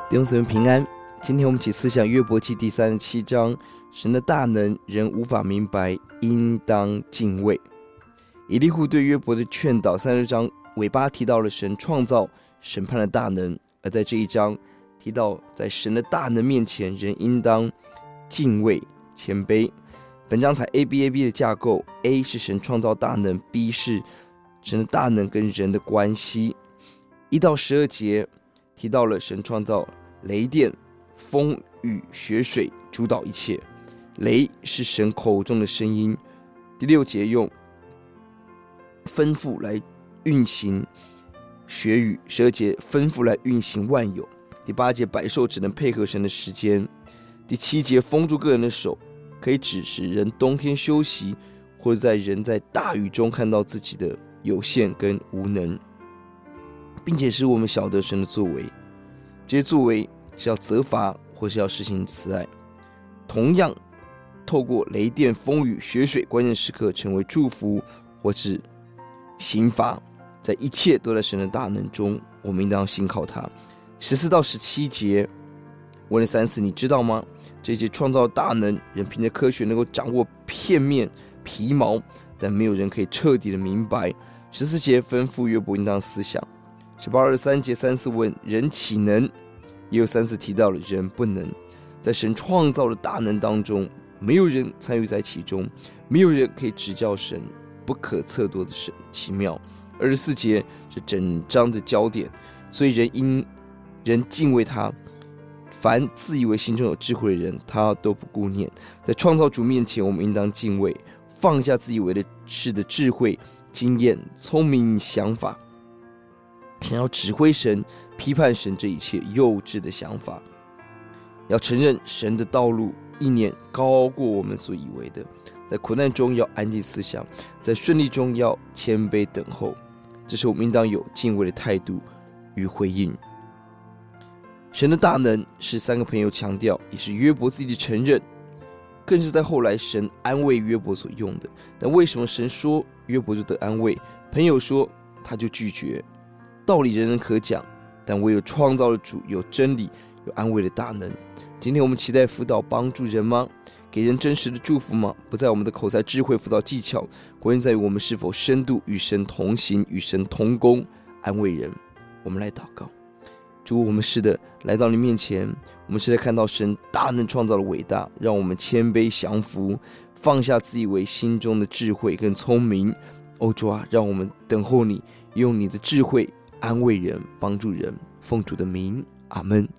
弟兄姊妹平安。今天我们一起思想约伯记第37章，神的大能人无法明白，应当敬畏。以利户对约伯的劝导，36章尾巴提到了神创造审判的大能，而在这一章提到在神的大能面前，人应当敬畏谦卑。本章采 ABAB 的架构， A 是神创造大能， B 是神的大能跟人的关系。1到12节提到了神创造雷电、风雨、雪水主导一切，雷是神口中的声音。第6节用吩咐来运行雪雨，12节吩咐来运行万有。第8节百兽只能配合神的时间。第7节封住个人的手，可以指使人冬天休息，或者在人在大雨中看到自己的有限跟无能，并且使我们晓得神的作为。这些作为是要责罚，或是要施行慈爱。同样透过雷电、风雨、雪水关键时刻成为祝福或是刑罚，在一切都在神的大能中，我们应当信靠他。14到17节问了3次，你知道吗？这些创造大能，人凭着科学能够掌握片面皮毛，但没有人可以彻底的明白。14节吩咐约伯应当思想。18、23节3-4问人岂能，也有3次提到了人不能。在神创造的大能当中，没有人参与在其中，没有人可以指教神不可测度的神奇妙。24节是整章的焦点，所以人敬畏他，凡自以为心中有智慧的人，他都不顾念。在创造主面前，我们应当敬畏，放下自以为的事的智慧、经验、聪明想法，想要指挥神、批判神这一切幼稚的想法。要承认神的道路意念高过我们所以为的，在苦难中要安静思想，在顺利中要谦卑等候。这是我们应当有敬畏的态度与回应。神的大能是3个朋友强调，也是约伯自己的承认，更是在后来神安慰约伯所用的。但为什么神说约伯就得安慰，朋友说他就拒绝？道理人人可讲，但唯有创造的主有真理，有安慰的大能。今天我们期待辅导帮助人吗？给人真实的祝福吗？不在我们的口才智慧辅导技巧，关键在于我们是否深度与神同行，与神同工，安慰人。我们来祷告。主，我们是的来到你面前，我们是在看到神大能创造的伟大，让我们谦卑降服，放下自以为心中的智慧跟聪明。主啊，让我们等候你，用你的智慧安慰人，帮助人。奉主的名，阿们。